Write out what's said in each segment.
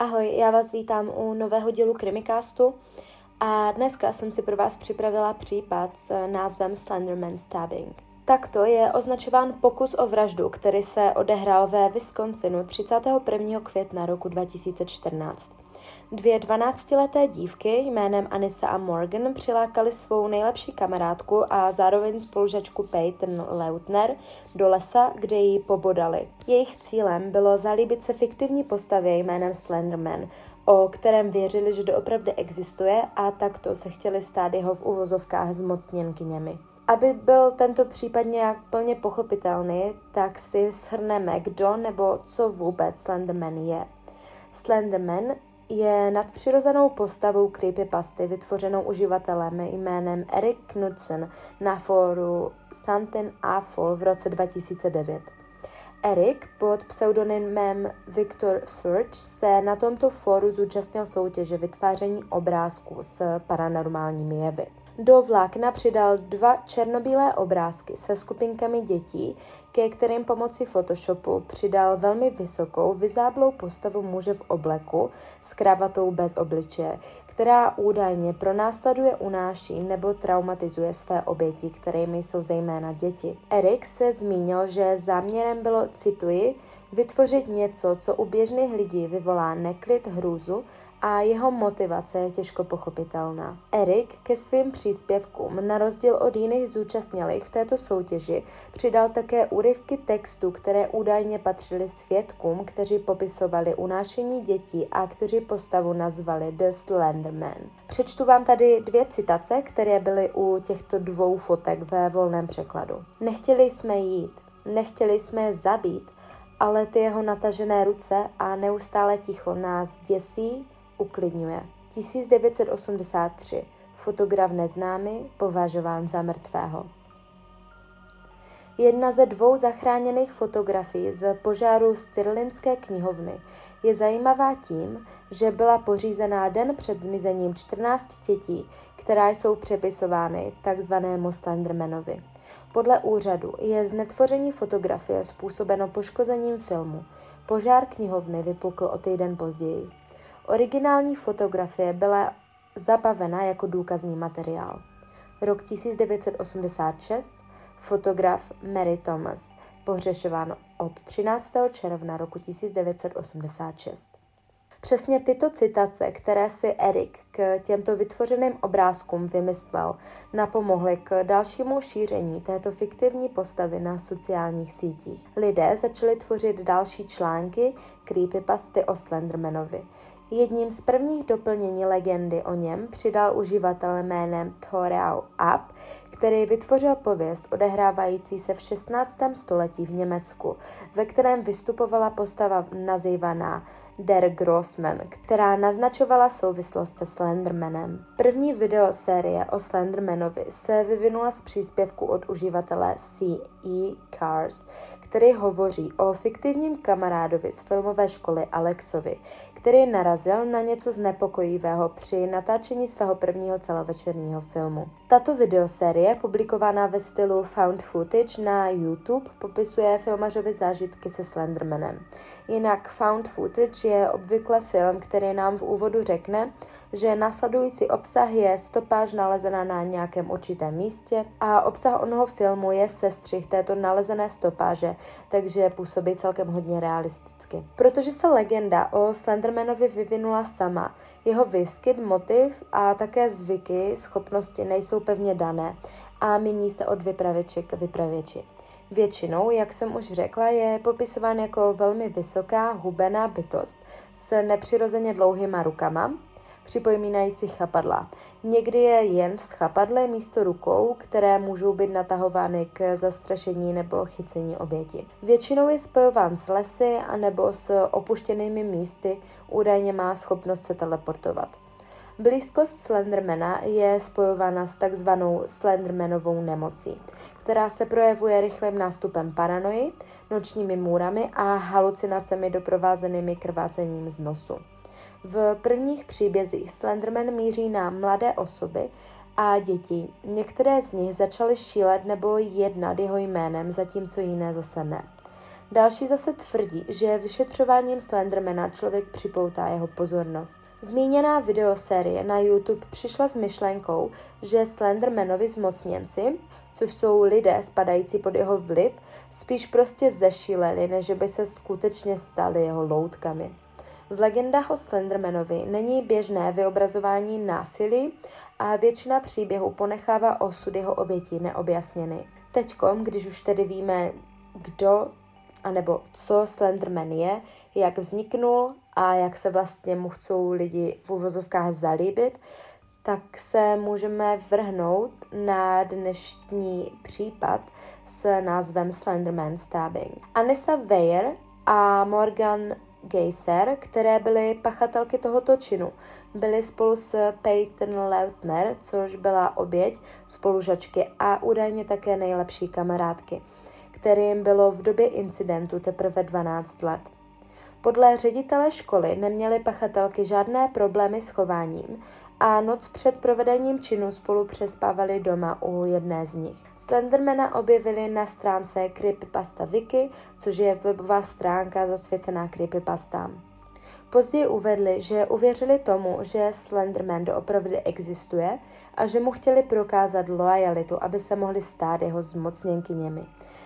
Ahoj, já vás vítám u nového dílu Krimicastu a dneska jsem si pro vás připravila případ s názvem Slenderman Stabbing. Takto je označován pokus o vraždu, který se odehrál ve Wisconsinu 31. května roku 2014. Dvě 12leté dívky jménem Anissa a Morgan přilákali svou nejlepší kamarádku a zároveň spolužačku Peyton Leutner do lesa, kde ji pobodali. Jejich cílem bylo zalíbit se fiktivní postavě jménem Slenderman, o kterém věřili, že doopravdy existuje, a takto se chtěli stát jeho v uvozovkách zmocněnkyněmi. Aby byl tento případ nějak plně pochopitelný, tak si shrneme, kdo nebo co vůbec Slenderman je. Slenderman je nadpřirozenou postavou creepypasty vytvořenou uživatelem jménem Eric Knudsen na fóru Something Awful v roce 2009. Eric pod pseudonymem Victor Surge se na tomto fóru zúčastnil soutěže vytváření obrázků s paranormálními jevy. Do vlákna přidal 2 černobílé obrázky se skupinkami dětí, ke kterým pomocí Photoshopu přidal velmi vysokou, vyzáblou postavu muže v obleku s kravatou bez obličeje, která údajně pronásleduje, unáší nebo traumatizuje své oběti, kterými jsou zejména děti. Eric se zmínil, že záměrem bylo, cituji, vytvořit něco, co u běžných lidí vyvolá neklid, hrůzu, a jeho motivace je těžko pochopitelná. Eric ke svým příspěvkům, na rozdíl od jiných zúčastnělých v této soutěži, přidal také úryvky textu, které údajně patřily svědkům, kteří popisovali unášení dětí a kteří postavu nazvali The Slenderman. Přečtu vám tady 2 citace, které byly u těchto 2 fotek ve volném překladu. Nechtěli jsme jít, nechtěli jsme je zabít, ale ty jeho natažené ruce a neustále ticho nás děsí, uklidňuje. 1983. Fotograf neznámý, považován za mrtvého. Jedna ze 2 zachráněných fotografií z požáru Stirlingské knihovny je zajímavá tím, že byla pořízená den před zmizením 14 dětí, která jsou přepisovány takzvanému Slendermanovi. Podle úřadu je znetvoření fotografie způsobeno poškozením filmu. Požár knihovny vypukl o týden později. Originální fotografie byla zabavena jako důkazní materiál. Rok 1986, fotograf Mary Thomas, pohřešován od 13. června roku 1986. Přesně tyto citace, které si Eric k těmto vytvořeným obrázkům vymyslel, napomohly k dalšímu šíření této fiktivní postavy na sociálních sítích. Lidé začali tvořit další články creepypasty o Slendermanovi. Jedním z prvních doplnění legendy o něm přidal uživatel jménem Thorau Up, který vytvořil pověst odehrávající se v 16. století v Německu, ve kterém vystupovala postava nazývaná Der Grossman, která naznačovala souvislost se Slendermanem. První videosérie o Slendermanovi se vyvinula z příspěvku od uživatele C.E. Cars, který hovoří o fiktivním kamarádovi z filmové školy Alexovi, který narazil na něco znepokojivého při natáčení svého prvního celovečerního filmu. Tato videosérie, publikovaná ve stylu found footage na YouTube, popisuje filmařovy zážitky se Slendermanem. Jinak found footage je obvykle film, který nám v úvodu řekne, že následující obsah je stopáž nalezená na nějakém určitém místě a obsah onoho filmu je sestřih této nalezené stopáže, takže působí celkem hodně realisticky. Protože se legenda o Slendermanovi vyvinula sama, jeho výskyt, motiv a také zvyky, schopnosti nejsou pevně dané a mění se od vypravěče k vypravěči. Většinou, jak jsem už řekla, je popisován jako velmi vysoká, hubená bytost s nepřirozeně dlouhýma rukama, připomínající chapadla. Někdy je jen z chapadle místo rukou, které můžou být natahovány k zastrašení nebo chycení oběti. Většinou je spojován s lesy anebo s opuštěnými místy, údajně má schopnost se teleportovat. Blízkost Slendermana je spojována s takzvanou Slendermanovou nemocí, která se projevuje rychlým nástupem paranoji, nočními můrami a halucinacemi doprovázenými krvácením z nosu. V prvních příbězích Slenderman míří na mladé osoby a děti. Některé z nich začaly šílet nebo jednat jeho jménem, zatímco jiné zase ne. Další zase tvrdí, že vyšetřováním Slendermana člověk připoutá jeho pozornost. Zmíněná videosérie na YouTube přišla s myšlenkou, že Slendermanovi zmocněnci, což jsou lidé spadající pod jeho vliv, spíš prostě zešíleli, než by se skutečně stali jeho loutkami. V legendách o Slendermanovi není běžné vyobrazování násilí a většina příběhů ponechává osud jeho obětí neobjasněný. Teďkom, když už tedy víme, kdo anebo co Slenderman je, jak vzniknul a jak se vlastně mu chcou lidi v uvozovkách zalíbit, tak se můžeme vrhnout na dnešní případ s názvem Slenderman Stabbing. Anissa Weier a Morgan Geyser, které byly pachatelky tohoto činu, byly spolu s Peyton Leutner, což byla oběť, spolužačky a údajně také nejlepší kamarádky, kterým bylo v době incidentu teprve 12 let. Podle ředitele školy neměly pachatelky žádné problémy s chováním a noc před provedením činu spolu přespávali doma u jedné z nich. Slendermana objevili na stránce Creepypasta Wiki, což je webová stránka zasvěcená creepypastám. Později uvedli, že uvěřili tomu, že Slenderman doopravdy existuje a že mu chtěli prokázat loajalitu, aby se mohli stát jeho zmocněnkyněmi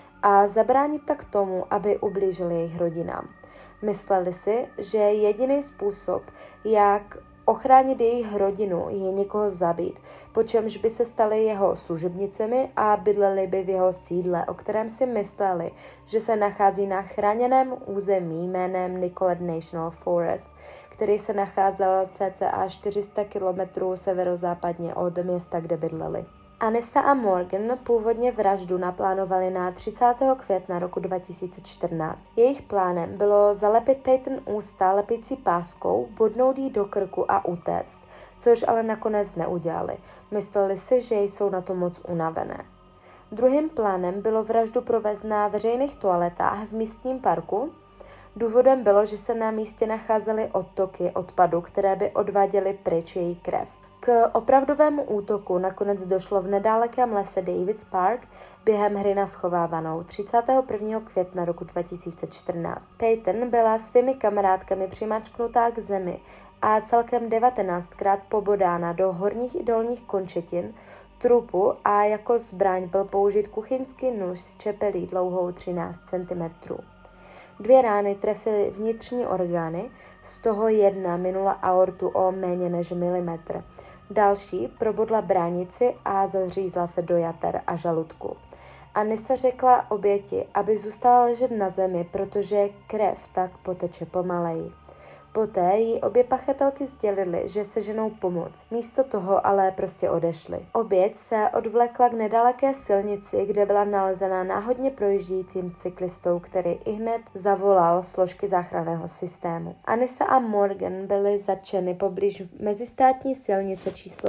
a zabránit tak tomu, aby ublížili jejich rodinám. Mysleli si, že jediný způsob, jak ochránit jejich rodinu, je někoho zabít, po čemž by se stali jeho služebnicemi a bydleli by v jeho sídle, o kterém si mysleli, že se nachází na chráněném území jménem Nicolet National Forest, který se nacházel cca 400 km severozápadně od města, kde bydleli. Anissa a Morgan původně vraždu naplánovali na 30. května roku 2014. Jejich plánem bylo zalepit Peyton ústa lepící páskou, bodnout jí do krku a utéct, což ale nakonec neudělali. Mysleli si, že jsou na to moc unavené. Druhým plánem bylo vraždu provést na veřejných toaletách v místním parku. Důvodem bylo, že se na místě nacházely odtoky odpadu, které by odváděly pryč její krev. K opravdovému útoku nakonec došlo v nedálekém lese Davids Park během hry na schovávanou 31. května roku 2014. Peyton byla svými kamarádkami přimačknutá k zemi a celkem 19krát pobodána do horních i dolních končetin trupu a jako zbraň byl použit kuchyňský nůž s čepelí dlouhou 13 cm. 2 rány trefily vnitřní orgány, z toho jedna minula aortu o méně než milimetr. Další probodla bránici a zařízla se do jater a žaludku. Anissa řekla oběti, aby zůstala ležet na zemi, protože krev tak poteče pomaleji. Poté jí obě pachatelky sdělily, že se ženou pomoc. Místo toho ale prostě odešly. Oběť se odvlekla k nedaleké silnici, kde byla nalezena náhodně projíždějícím cyklistou, který ihned zavolal složky záchranného systému. Anissa a Morgan byly zatčeny poblíž mezistátní silnice číslo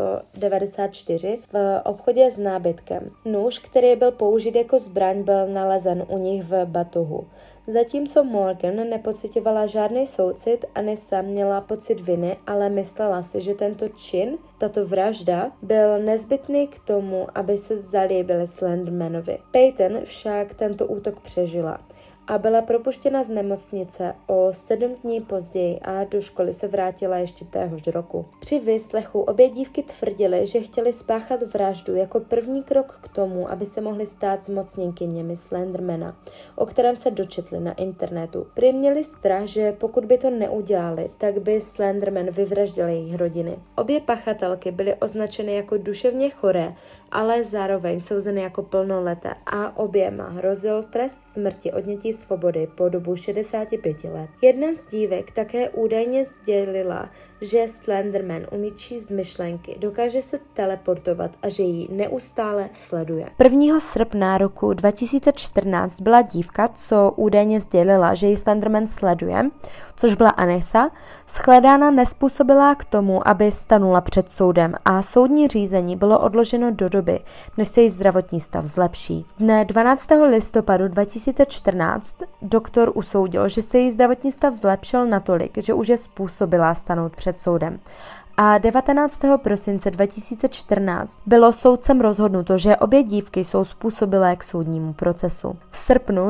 94 v obchodě s nábytkem. Nůž, který byl použit jako zbraň, byl nalezen u nich v batohu. Zatímco Morgan nepocitovala žádný soucit, Anissa měla pocit viny, ale myslela si, že tento čin, tato vražda, byl nezbytný k tomu, aby se zalíbili Slendermanovi. Peyton však tento útok přežila a byla propuštěna z nemocnice o 7 dní později a do školy se vrátila ještě téhož roku. Při výslechu obě dívky tvrdily, že chtěly spáchat vraždu jako první krok k tomu, aby se mohly stát zmocněnkyněmi Slendermana, o kterém se dočetli na internetu. Prý měli strach, že pokud by to neudělali, tak by Slenderman vyvraždil jejich rodiny. Obě pachatelky byly označeny jako duševně choré, ale zároveň souzeny jako plnoleté a oběma hrozil trest smrti odnětí svobody po dobu 65 let. Jedna z dívek také údajně sdělila, že Slenderman umí číst myšlenky, dokáže se teleportovat a že ji neustále sleduje. 1. srpna roku 2014 byla dívka, co údajně sdělila, že ji Slenderman sleduje, což byla Anissa, shledána nezpůsobila k tomu, aby stanula před soudem a soudní řízení bylo odloženo do doby, než se její zdravotní stav zlepší. Dne 12. listopadu 2014 doktor usoudil, že se její zdravotní stav zlepšil natolik, že už je způsobila stanout před soudem. a 19. prosince 2014 bylo soudcem rozhodnuto, že obě dívky jsou způsobilé k soudnímu procesu. V srpnu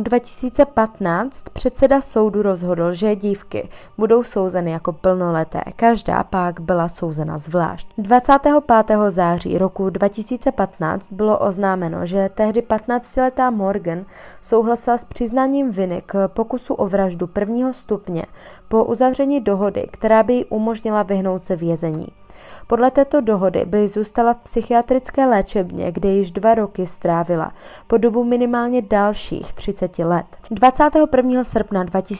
2015 předseda soudu rozhodl, že dívky budou souzeny jako plnoleté, každá pak byla souzena zvlášť. 25. září roku 2015 bylo oznámeno, že tehdy 15letá Morgan souhlasila s přiznáním viny k pokusu o vraždu prvního stupně po uzavření dohody, která by jí umožnila vyhnout se vězení. Podle této dohody by zůstala v psychiatrické léčebně, kde již 2 roky strávila, po dobu minimálně dalších 30 let. 21. srpna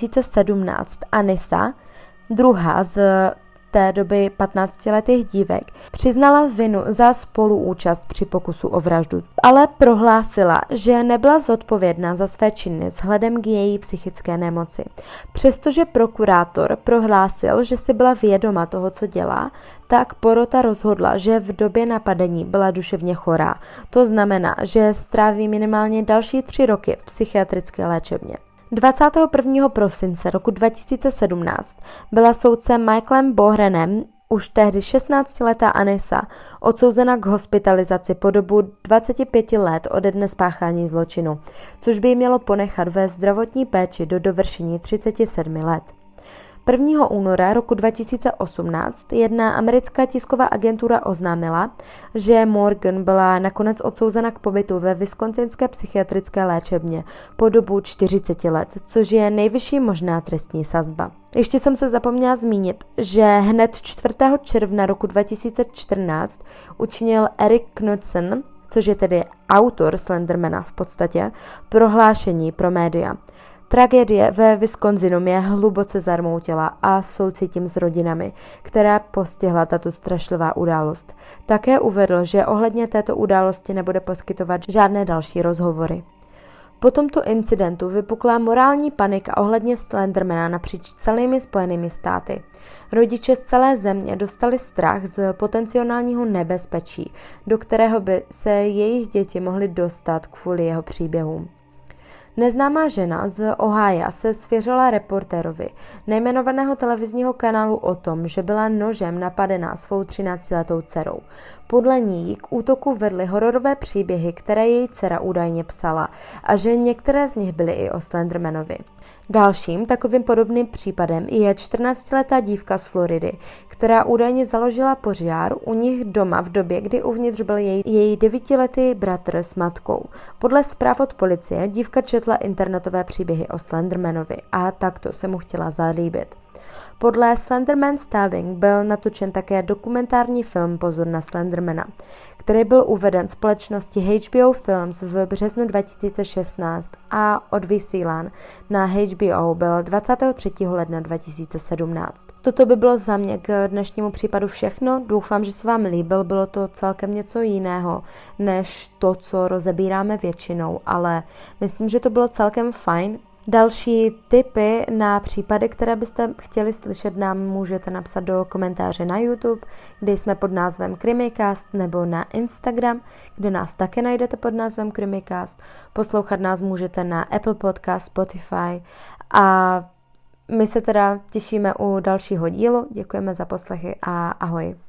2017 Anissa, druhá z té doby 15letých dívek, přiznala vinu za spoluúčast při pokusu o vraždu, ale prohlásila, že nebyla zodpovědná za své činy vzhledem k její psychické nemoci. Přestože prokurátor prohlásil, že si byla vědoma toho, co dělá, tak porota rozhodla, že v době napadení byla duševně chorá. To znamená, že stráví minimálně další 3 roky v psychiatrické léčebně. 21. prosince roku 2017 byla soudcem Michaelem Bohrenem, už tehdy 16letá Anissa, odsouzena k hospitalizaci po dobu 25 let ode dne spáchání zločinu, což by ji mělo ponechat ve zdravotní péči do dovršení 37 let. 1. února roku 2018 jedna americká tisková agentura oznámila, že Morgan byla nakonec odsouzena k pobytu ve wisconsinské psychiatrické léčebně po dobu 40 let, což je nejvyšší možná trestní sazba. Ještě jsem se zapomněla zmínit, že hned 4. června roku 2014 učinil Eric Knudsen, což je tedy autor Slendermana v podstatě, prohlášení pro média. Tragédie ve Wisconsinu mě hluboce zarmoutila a soucítím s rodinami, které postihla tato strašlivá událost. Také uvedl, že ohledně této události nebude poskytovat žádné další rozhovory. Po tomto incidentu vypukla morální panika ohledně Slendermana napříč celými Spojenými státy. Rodiče z celé země dostali strach z potenciálního nebezpečí, do kterého by se jejich děti mohly dostat kvůli jeho příběhům. Neznámá žena z Ohája se svěřila reportérovi nejmenovaného televizního kanálu o tom, že byla nožem napadená svou 13letou dcerou. Podle ní k útoku vedly hororové příběhy, které její dcera údajně psala, a že některé z nich byly i o Slendermanovi. Dalším takovým podobným případem je 14letá dívka z Floridy, která údajně založila požár u nich doma v době, kdy uvnitř byl její 9letý bratr s matkou. Podle zpráv od policie dívka četla internetové příběhy o Slendermanovi a takto se mu chtěla zalíbit. Podle Slenderman Stabbing byl natočen také dokumentární film Pozor na Slendermana, který byl uveden společnosti HBO Films v březnu 2016 a odvysílán na HBO byl 23. ledna 2017. Toto by bylo za mě k dnešnímu případu všechno. Doufám, že se vám líbil, bylo to celkem něco jiného, než to, co rozebíráme většinou, ale myslím, že to bylo celkem fajn. Další tipy na případy, které byste chtěli slyšet, nám můžete napsat do komentáře na YouTube, kde jsme pod názvem Krimicast, nebo na Instagram, kde nás také najdete pod názvem Krimicast. Poslouchat nás můžete na Apple Podcast, Spotify a my se teda těšíme u dalšího dílu. Děkujeme za poslechy a ahoj.